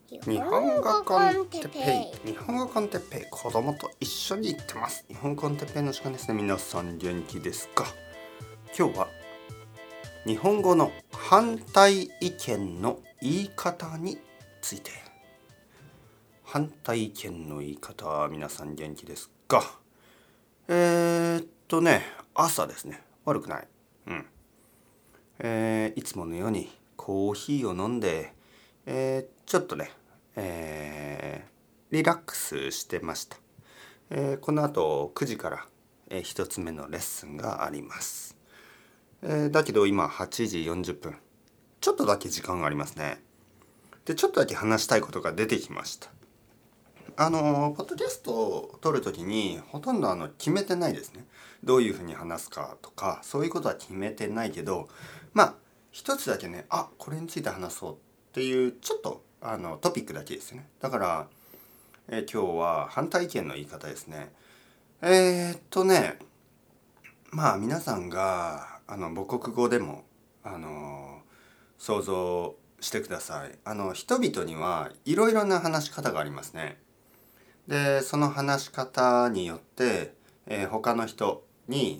日本語コンテッペイ、日本語コンテッペイ、子供と一緒に行ってます。日本コンテッペイの時間ですね。皆さん元気ですか？今日は日本語の反対意見の言い方について。反対意見の言い方、皆さん元気ですか？朝ですね。悪くない。いつものようにコーヒーを飲んで、ちょっとね、リラックスしてました。この後9時から、1つ目のレッスンがあります。だけど今8時40分。ちょっとだけ時間がありますね。で、ちょっとだけ話したいことが出てきました。ポッドキャストを撮るときにほとんど決めてないですね。どういうふうに話すかとか、そういうことは決めてないけど、一つだけね、これについて話そうっていうちょっとトピックだけですよね。だから、今日は反対意見の言い方ですね。皆さんが母国語でも想像してください。人々にはいろいろな話し方がありますね。で、その話し方によって、他の人に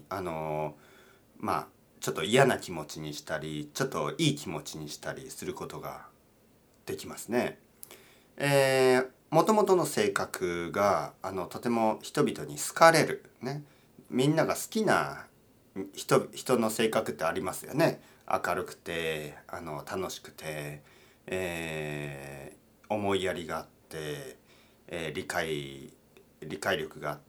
ちょっと嫌な気持ちにしたり、ちょっといい気持ちにしたりすることができますね。もともとの性格がとても人々に好かれる、ね、みんなが好きな人の性格ってありますよね。明るくて楽しくて、思いやりがあって、理解力があって、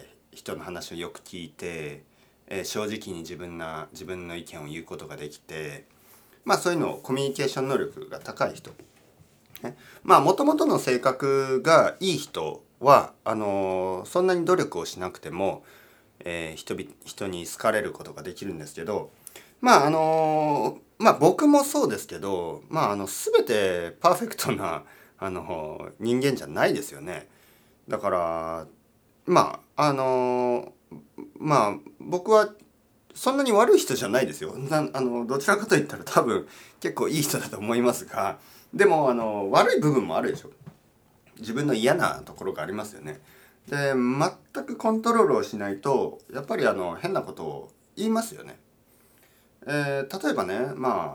人の話をよく聞いて、正直に自分の意見を言うことができて、そういうのコミュニケーション能力が高い人、もともとの性格がいい人はそんなに努力をしなくても、人に好かれることができるんですけど、僕もそうですけど、全てパーフェクトな人間じゃないですよね。だから僕はそんなに悪い人じゃないですよ。どちらかといったら多分結構いい人だと思いますが、でも悪い部分もあるでしょ。自分の嫌なところがありますよね。で、全くコントロールをしないとやっぱり変なことを言いますよね。例えばね、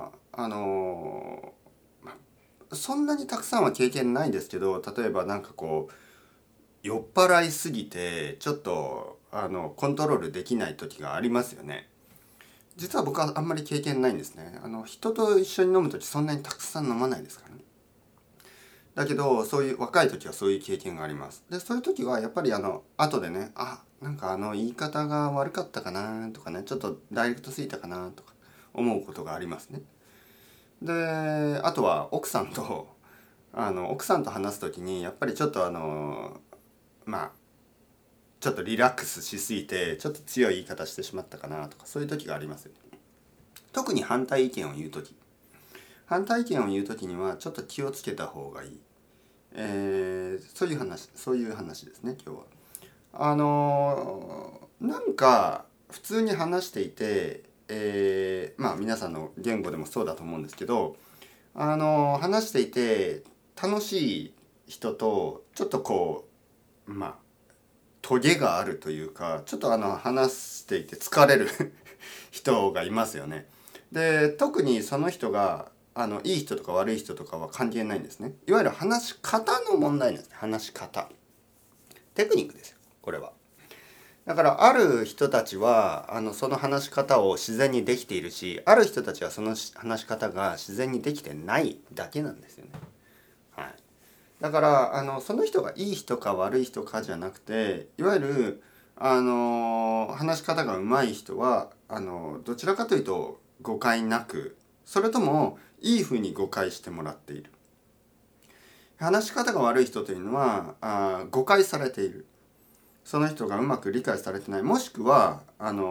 そんなにたくさんは経験ないですけど、例えば酔っ払いすぎてちょっとコントロールできない時がありますよね。実は僕はあんまり経験ないんですね。人と一緒に飲む時そんなにたくさん飲まないですからね。だけどそういう若い時はそういう経験があります。で、そういう時はやっぱり後でね、言い方が悪かったかなとかね、ちょっとダイレクトすぎたかなとか思うことがありますね。で、あとは奥さんと話す時にやっぱりちょっとちょっとリラックスしすぎてちょっと強い言い方してしまったかなとか、そういう時がありますよね。特に反対意見を言う時にはちょっと気をつけた方がいい、そういう話ですね、今日は。普通に話していて、皆さんの言語でもそうだと思うんですけど、話していて楽しい人とちょっとトゲがあるというか、ちょっと話していて疲れる人がいますよね。で、特にその人がいい人とか悪い人とかは関係ないんですね。いわゆる話し方の問題なんですね。話し方、テクニックですよ、これは。だからある人たちはその話し方を自然にできているし、ある人たちはその話し方が自然にできてないだけなんですよね。はい。だからその人がいい人か悪い人かじゃなくて、いわゆる話し方が上手い人はどちらかというと誤解なく、それともいいふうに誤解してもらっている。話し方が悪い人というのは誤解されている。その人がうまく理解されてない、もしくは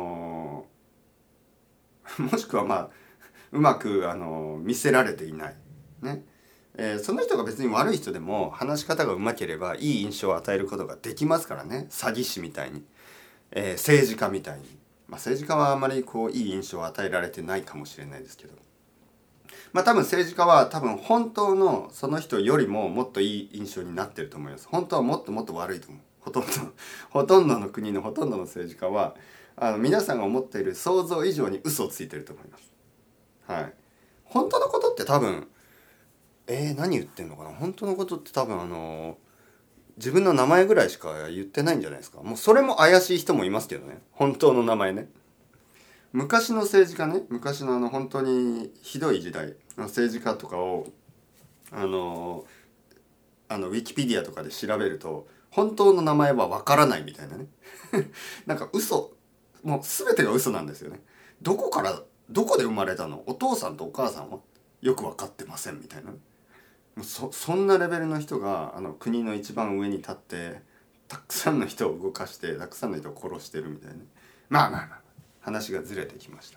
うまく見せられていないね。その人が別に悪い人でも話し方がうまければいい印象を与えることができますからね。詐欺師みたいに、政治家みたいに、政治家はあまりいい印象を与えられてないかもしれないですけど、 多分政治家は多分本当のその人よりももっといい印象になってると思います。本当はもっともっと悪いと思う。ほとんどの国のほとんどの政治家は皆さんが思っている想像以上に嘘をついてると思います。はい。本当のことって多分何言ってんのかな。本当のことって多分自分の名前ぐらいしか言ってないんじゃないですか。もうそれも怪しい人もいますけどね。本当の名前ね。昔の政治家ね、昔の本当にひどい時代の政治家とかをウィキペディアとかで調べると本当の名前はわからないみたいなねなんか嘘、もう全てが嘘なんですよね。どこで生まれたの、お父さんとお母さんはよく分かってませんみたいなね。そんなレベルの人が国の一番上に立ってたくさんの人を動かしてたくさんの人を殺してるみたいなね。まあ話がずれてきました。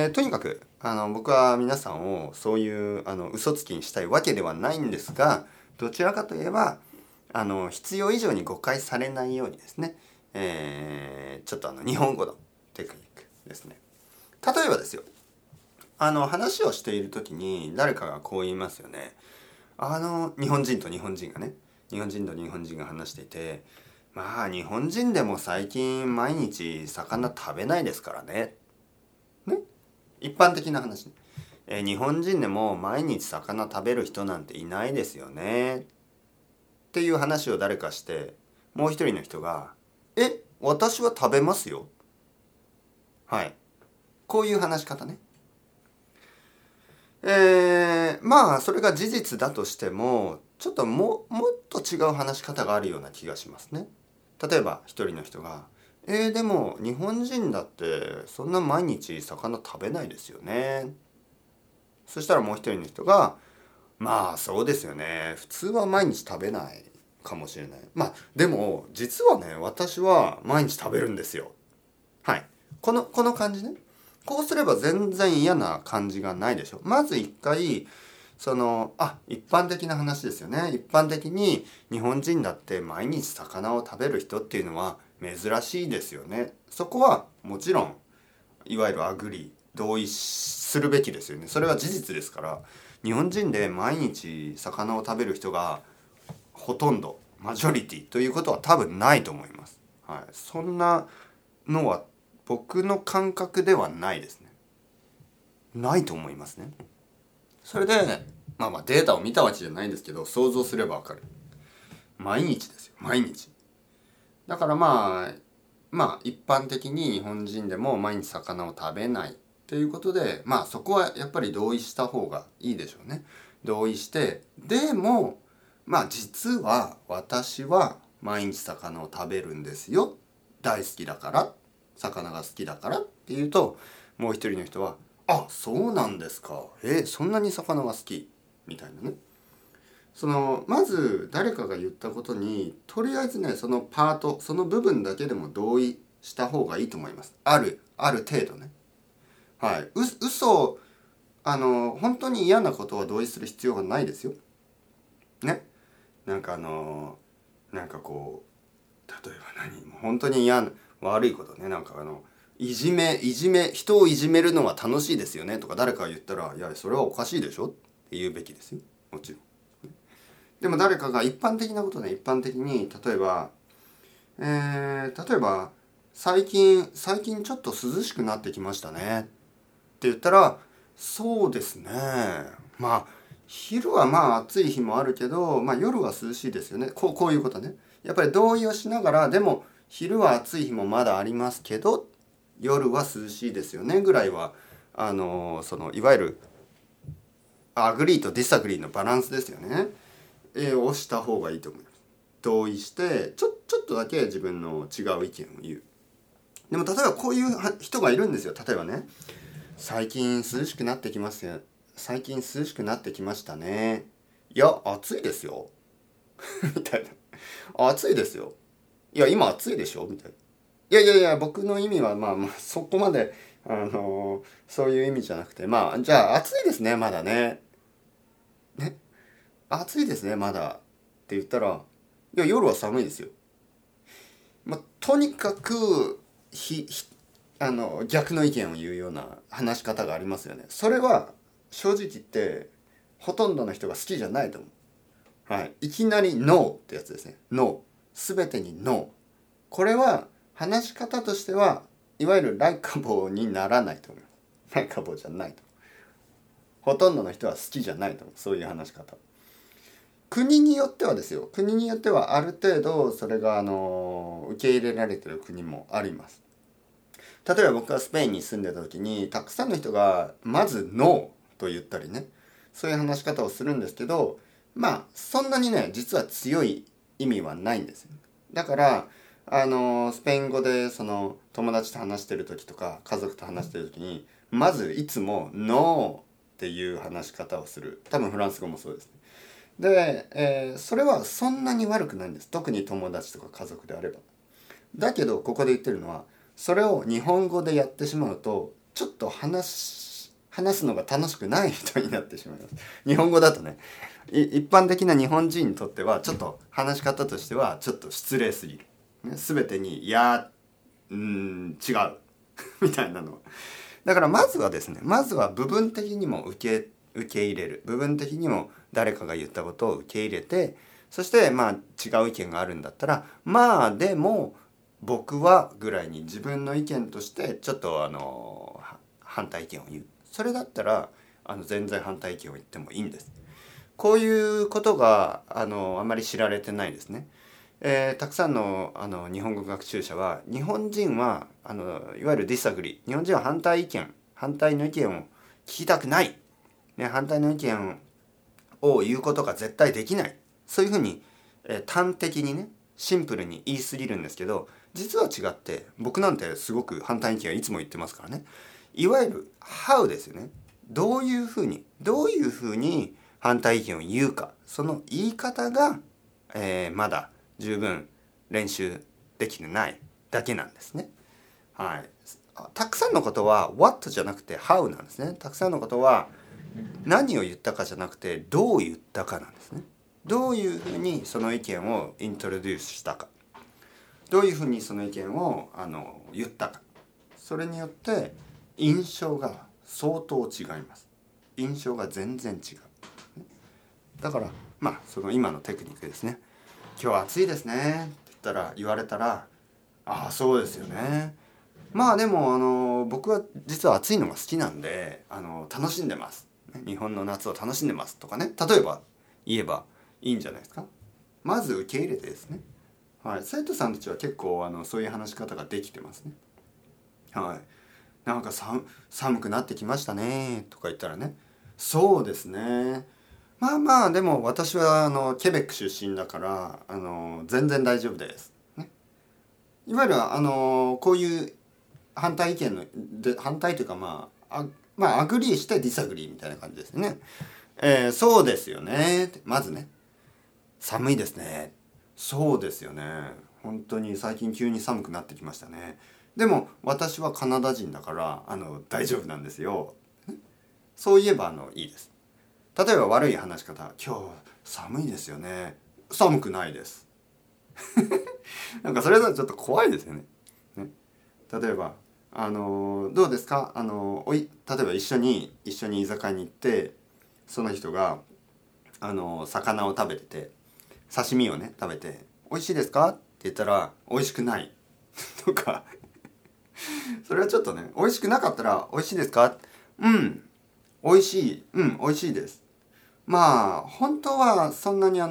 とにかく僕は皆さんをそういう嘘つきにしたいわけではないんですが、どちらかといえば必要以上に誤解されないようにですね、ちょっと日本語のテクニックですね。例えばですよ、話をしている時に誰かがこう言いますよね。日本人と日本人がね、日本人と日本人が話していて、まあ日本人でも最近毎日魚食べないですからね。ね、一般的な話ね。日本人でも毎日魚食べる人なんていないですよね。っていう話を誰かして、もう一人の人が、私は食べますよ。はい。こういう話し方ね。まあそれが事実だとしてもちょっともっと違う話し方があるような気がしますね。例えば一人の人がでも日本人だってそんな毎日魚食べないですよね。そしたらもう一人の人がまあそうですよね、普通は毎日食べないかもしれない、まあでも実はね私は毎日食べるんですよ。はい、この感じね。こうすれば全然嫌な感じがないでしょ。まず一回一般的な話ですよね。一般的に日本人だって毎日魚を食べる人っていうのは珍しいですよね。そこはもちろんいわゆるアグリー同意するべきですよね。それは事実ですから。日本人で毎日魚を食べる人がほとんどマジョリティということは多分ないと思います。はい、そんなのは僕の感覚ではないですね。ないと思いますね。それでデータを見たわけじゃないんですけど想像すればわかる。毎日ですよ、毎日。だから一般的に日本人でも毎日魚を食べないっていうことでそこはやっぱり同意した方がいいでしょうね。同意して、でも実は私は毎日魚を食べるんですよ、大好きだから、魚が好きだからっていうと、もう一人の人はそうなんですか、そんなに魚が好きみたいなね。まず誰かが言ったことにとりあえずね、そのパート、その部分だけでも同意した方がいいと思います。ある程度ね。はい。嘘、本当に嫌なことは同意する必要がないですよ。ね。なんかこう、例えば本当に嫌な悪いことね、いじめ人をいじめるのは楽しいですよねとか誰かが言ったら、いやそれはおかしいでしょって言うべきですよ、もちろん。でも誰かが一般的なことね、一般的に例えば最近ちょっと涼しくなってきましたねって言ったら、そうですね、昼は暑い日もあるけど、夜は涼しいですよね、こういうことね。やっぱり同意をしながら、でも昼は暑い日もまだありますけど夜は涼しいですよねぐらいは、いわゆるアグリーとディスアグリーのバランスですよね。をした方がいいと思います。同意してちょっとだけ自分の違う意見を言う。でも例えばこういう人がいるんですよ。例えばね、最近涼しくなってきますよ。最近涼しくなってきましたね。いや暑いですよみたいな。暑いですよ。いや今暑いでしょみたいな。いや僕の意味はそこまでそういう意味じゃなくて、じゃあ暑いですねまだね。暑いですねまだって言ったら、いや夜は寒いですよ。とにかく逆の意見を言うような話し方がありますよね。それは正直言ってほとんどの人が好きじゃないと思う。はい、いきなりノーってやつですね。ノー、全てにノー。これは話し方としてはいわゆるライカボーにならないと思います。ライカボーじゃないと。ほとんどの人は好きじゃないと思う、そういう話し方。国によってはですよ、国によってはある程度それが受け入れられてる国もあります。例えば僕がスペインに住んでた時にたくさんの人がまずノーと言ったりね、そういう話し方をするんですけど、まあそんなにね実は強い意味はないんですよ。だからスペイン語でその友達と話してる時とか家族と話してる時にまずいつもノーっていう話し方をする。多分フランス語もそうですね。で、それはそんなに悪くないんです。特に友達とか家族であれば。だけどここで言ってるのは、それを日本語でやってしまうとちょっと話すのが楽しくない人になってしまいます。日本語だとね、一般的な日本人にとってはちょっと話し方としてはちょっと失礼すぎる、ね、全てに「いや違う」みたいなの。だからまずはですね、まずは部分的にも受け入れる、部分的にも誰かが言ったことを受け入れて、そしてまあ違う意見があるんだったら、まあでも僕はぐらいに自分の意見としてちょっと反対意見を言う。それだったら全然反対意見を言ってもいいんです。こういうことがあまり知られてないですね。たくさんの日本語学習者は、日本人はいわゆるディサグリー、日本人は反対の意見を聞きたくない、ね、反対の意見を言うことが絶対できない、そういうふうに、端的にねシンプルに言い過ぎるんですけど、実は違って、僕なんてすごく反対意見はいつも言ってますからね。いわゆる How ですよね。どういうふうに反対意見を言うか、その言い方が、まだ十分練習できてないだけなんですね。はい。たくさんのことは What じゃなくて How なんですね。たくさんのことは何を言ったかじゃなくてどう言ったかなんですね。どういうふうにその意見をイントロデュースしたか、どういうふうにその意見を言ったか、それによって印象が相当違います。印象が全然違う。だからまあその今のテクニックですね。今日暑いですねって言われたら、ああそうですよね、まあでも僕は実は暑いのが好きなんで楽しんでます、日本の夏を楽しんでますとかね、例えば言えばいいんじゃないですか。まず受け入れてですね。はい、生徒さんたちは結構そういう話し方ができてますね。はい、なんか寒くなってきましたねとか言ったらね、そうですね、まあまあでも私はケベック出身だから全然大丈夫です、ね、いわゆるこういう反対意見で、反対というかまあアグリーしてディサグリーみたいな感じですね。そうですよねまずね、寒いですね、そうですよね、本当に最近急に寒くなってきましたね、でも私はカナダ人だから大丈夫なんですよ、そう言えばいいです。例えば悪い話し方、今日寒いですよね、寒くないですなんかそれだとちょっと怖いですよね。ね、例えばどうですか、例えば一緒に居酒屋に行って、その人が魚を食べてて、刺身をね食べて美味しいですかって言ったら美味しくないとかそれはちょっとね、美味しくなかったら美味しいですか、うん美味しい、美味しいです、まあ本当はそんなに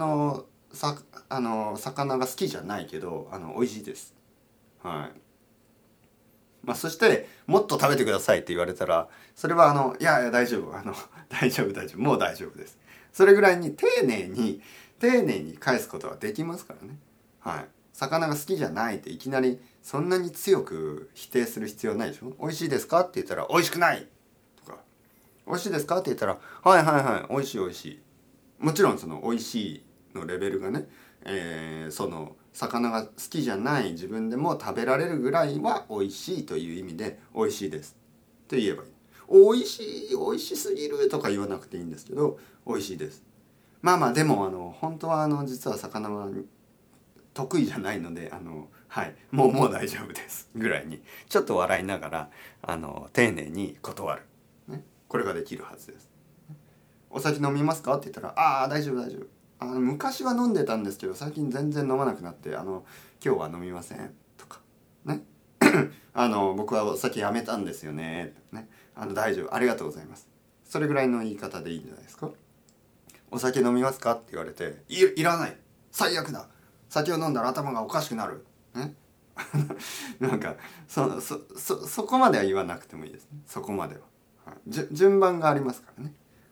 魚が好きじゃないけど美味しいです、はい。まあそしてもっと食べてくださいって言われたら、それはいやいや大丈夫大丈夫もう大丈夫です、それぐらいに丁寧に返すことはできますからね。はい。魚が好きじゃないっていきなりそんなに強く否定する必要ないでしょ。美味しいですかって言ったら美味しくないとか、美味しいですかって言ったらはいはいはい美味しい美味しい。もちろんその美味しいのレベルがね、その魚が好きじゃない自分でも食べられるぐらいは美味しいという意味で美味しいですって言えばいい。美味しい美味しすぎるとか言わなくていいんですけど、美味しいです。まあまあでも本当は実は魚は得意じゃないのではいもう大丈夫ですぐらいにちょっと笑いながら丁寧に断る、ね、これができるはずです。 お酒飲みますかって言ったら、ああ大丈夫大丈夫、昔は飲んでたんですけど最近全然飲まなくなって、今日は飲みませんとかね僕はお酒やめたんですよね、大丈夫、ありがとうございます、それぐらいの言い方でいいんじゃないですか。お酒飲みますかって言われて、いらない、最悪だ、酒を飲んだら頭がおかしくなるねなんかそこまでは言わなくてもいいですね。そこまでは、順番がありますからね。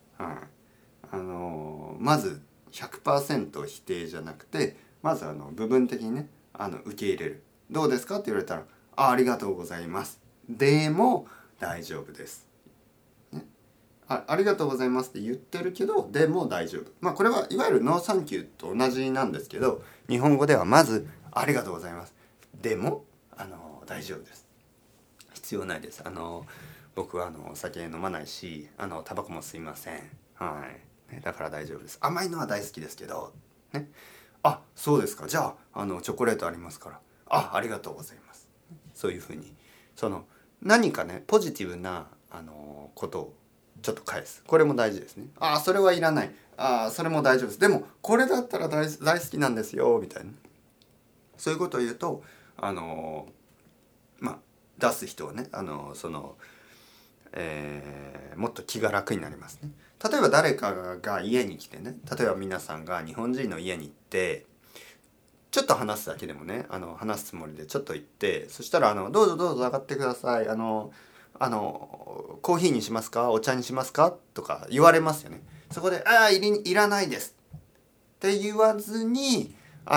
まず 100% 否定じゃなくて、まず部分的にね受け入れる。どうですかって言われたら、ありがとうございますでも大丈夫です、ね、ありがとうございますって言ってるけどでも大丈夫、これはいわゆるノーサンキューと同じなんですけど、日本語ではまずありがとうございますでも大丈夫です、必要ないです。僕はお酒飲まないしタバコも吸いません、だから大丈夫です。甘いのは大好きですけどね。あ、そうですか、じゃあチョコレートありますから、ありがとうございます、そういうふうに何かねポジティブなことをちょっと返す。これも大事ですね。それはいらない、それも大丈夫です、でもこれだったら大好きなんですよみたいな、そういうことを言うと出す人はねもっと気が楽になりますね。例えば誰かが家に来てね、例えば皆さんが日本人の家に行ってちょっと話すだけでもね話すつもりでちょっと行って、そしたらどうぞどうぞ上がってください、コーヒーにしますかお茶にしますかとか言われますよね。そこでいらないですって言わずに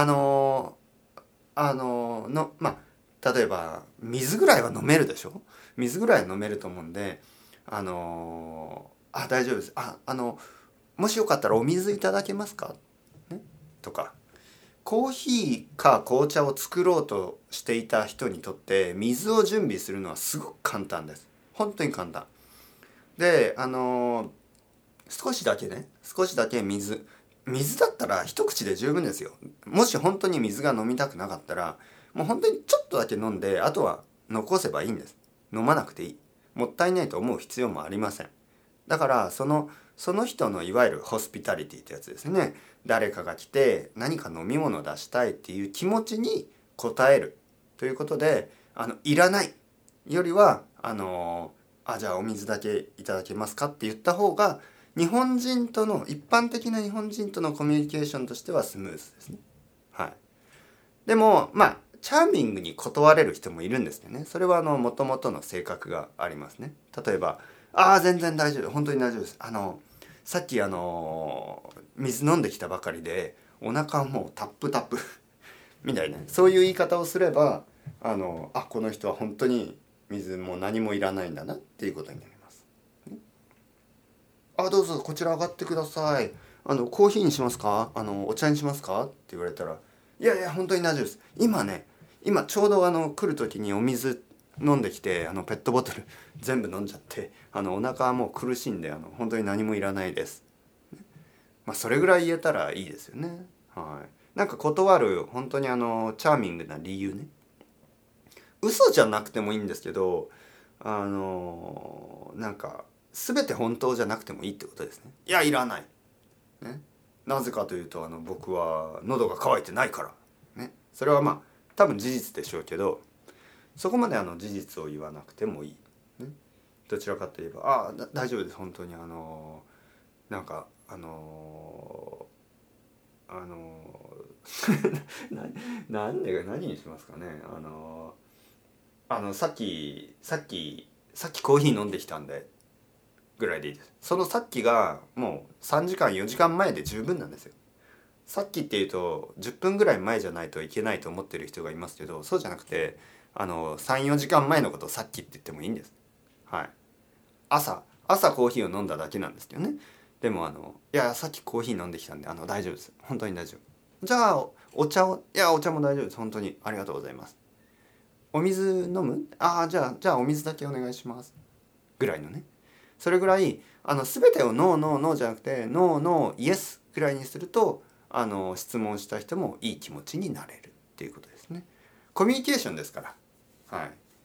例えば水ぐらいは飲めるでしょ。水ぐらい飲めると思うんで大丈夫です、もしよかったらお水いただけますか、ね、とか。コーヒーか紅茶を作ろうとしていた人にとって水を準備するのはすごく簡単です。本当に簡単で少しだけ水だったら一口で十分ですよ。もし本当に水が飲みたくなかったらもう本当にちょっとだけ飲んであとは残せばいいんです。飲まなくていい、もったいないと思う必要もありません。だからその人のいわゆるホスピタリティってやつですね。誰かが来て何か飲み物を出したいっていう気持ちに応えるということでいらないよりはじゃあお水だけいただけますかって言った方が一般的な日本人とのコミュニケーションとしてはスムーズですね。でもチャーミングに断れる人もいるんですよね。それはもともとの性格がありますね。例えば全然大丈夫、本当に大丈夫です、さっき水飲んできたばかりでお腹はもうタップタップみたいな、そういう言い方をすればこの人は本当に水も何もいらないんだなっていうことになります。どうぞこちら上がってください、コーヒーにしますかお茶にしますかって言われたら、いやいや本当に大丈夫です、今ちょうど来る時にお水飲んできてペットボトル全部飲んじゃってお腹はもう苦しいんで本当に何もいらないです、それぐらい言えたらいいですよね。なんか断る本当にチャーミングな理由ね、嘘じゃなくてもいいんですけどなんか全て本当じゃなくてもいいってことですね。いやいらない、ね、なぜかというと僕は喉が渇いてないから、ね、それは多分事実でしょうけど、そこまで事実を言わなくてもいい、ね、どちらかといえば大丈夫です本当になんか何にしますかね。さっきコーヒー飲んできたんでぐらいでいいです。そのさっきがもう3時間4時間前で十分なんですよ。さっきっていうと10分ぐらい前じゃないといけないと思ってる人がいますけど、そうじゃなくて3、4時間前のことをさっきって言ってもいいんです。朝コーヒーを飲んだだけなんですけどね。でもいやさっきコーヒー飲んできたんで大丈夫です、本当に大丈夫。じゃあお茶も大丈夫です、本当にありがとうございます。お水飲む？じゃあお水だけお願いしますぐらいのね。それぐらい全てをノーノーノーじゃなくてノーノーイエスぐらいにすると質問した人もいい気持ちになれるっていうことですね。コミュニケーションですから。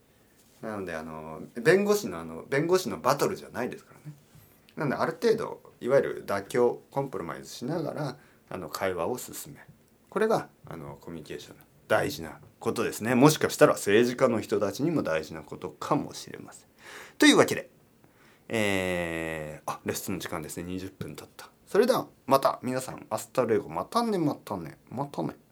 なので弁護士のバトルじゃないですからね。なのである程度いわゆる妥協コンプロマイズしながら会話を進める。これがコミュニケーションの大事なことですね。もしかしたら政治家の人たちにも大事なことかもしれません。というわけで、レッスンの時間ですね。20分経った。それではまた皆さん、アスタルエゴ、またねまたねまたね。